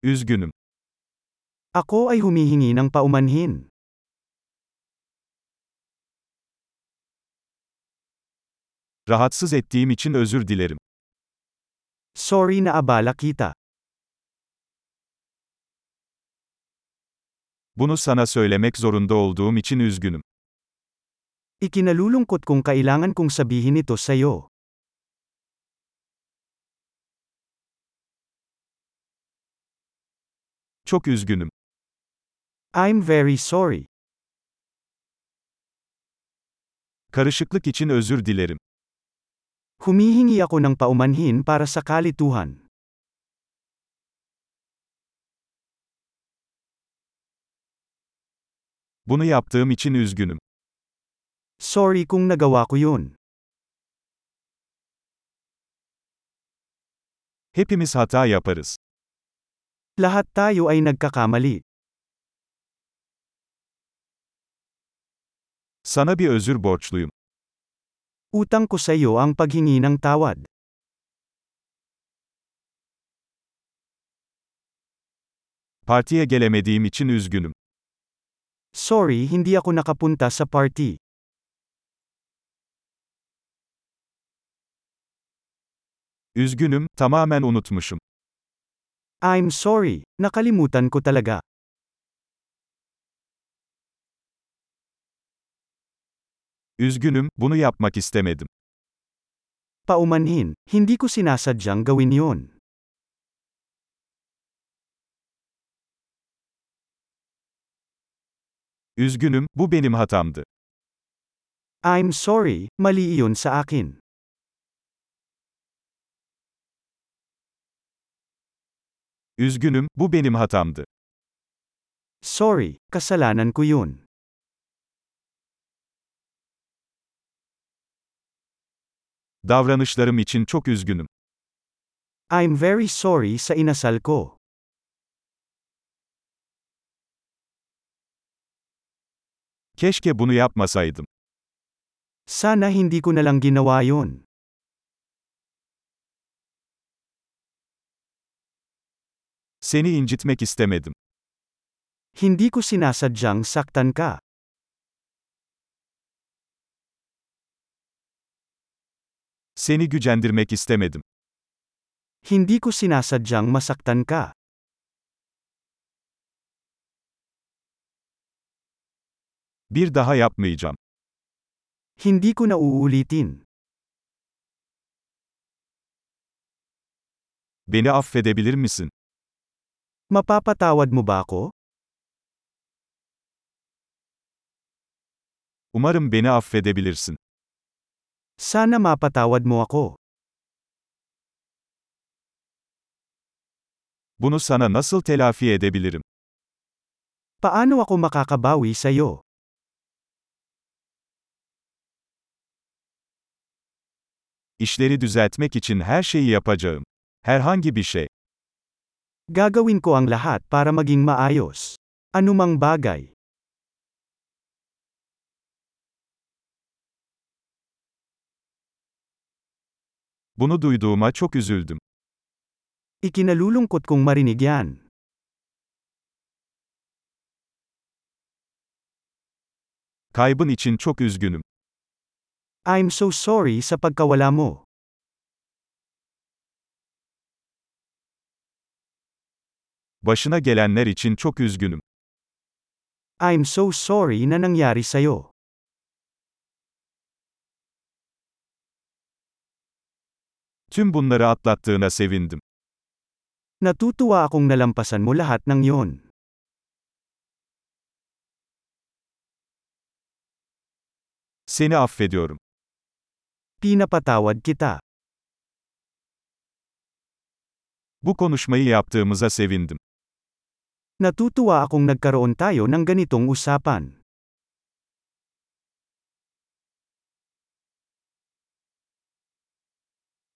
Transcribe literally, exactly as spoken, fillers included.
Üzgünüm. Ako ay humihingi ng paumanhin. Rahatsız ettiğim için özür dilerim. Sorry na abala kita. Bunu sana söylemek zorunda olduğum için üzgünüm. Ikinalulungkot kung kailangan kong sabihin ito sa'yo. Çok üzgünüm. I'm very sorry. Karışıklık için özür dilerim. Humihingi ako ng paumanhin para sa kalituhan. Bunu yaptığım için üzgünüm. Sorry kung nagawa ko yun. Hepimiz hata yaparız. Lahat tayo ay nagkakamali. Sana bir özür borçluyum. Utang ko sa iyo ang paghingi ng tawad. Partiye gelemediğim için üzgünüm. Sorry hindi ako nakapunta sa party. Üzgünüm, tamamen unutmuşum. I'm sorry, nakalimutan ko talaga. Üzgünüm, bunu yapmak istemedim. Paumanhin, hindi ko sinasadyang gawin yon. Üzgünüm, bu benim hatamdı. I'm sorry, mali iyon sa akin. Üzgünüm, bu benim hatamdı. Sorry, kasalanan ko yun. Davranışlarım için çok üzgünüm. I'm very sorry sa inasal ko. Keşke bunu yapmasaydım. Sana hindi ko na lang ginawa yon. Seni incitmek istemedim. Hindi ko sinasadyang saktan ka. Seni gücendirmek istemedim. Hindi ko sinasadyang masaktan ka. Bir daha yapmayacağım. Hindi ko na uulitin. Beni affedebilir misin? Mapapatawad mo ba ako? Umarım beni affedebilirsin. Sana mapatawad mo ako. Bunu sana nasıl telafi edebilirim? Paano ako makakabawi sa iyo? İşleri düzeltmek için her şeyi yapacağım. Herhangi bir şey. Gagawin ko ang lahat para maging maayos. Anumang bagay. Bunu duyduğuma çok üzüldüm. Ikinalulungkot kong marinig yan. Kaybın için çok üzgünüm. I'm so sorry sa pagkawala mo. Başına gelenler için çok üzgünüm. I'm so sorry na nangyari sa'yo. Tüm bunları atlattığına sevindim. Natutuwa akong nalampasan mo lahat ng yon. Seni affediyorum. Pinapatawad kita. Bu konuşmayı yaptığımıza sevindim. Natutuwa akong nagkaroon tayo ng ganitong usapan.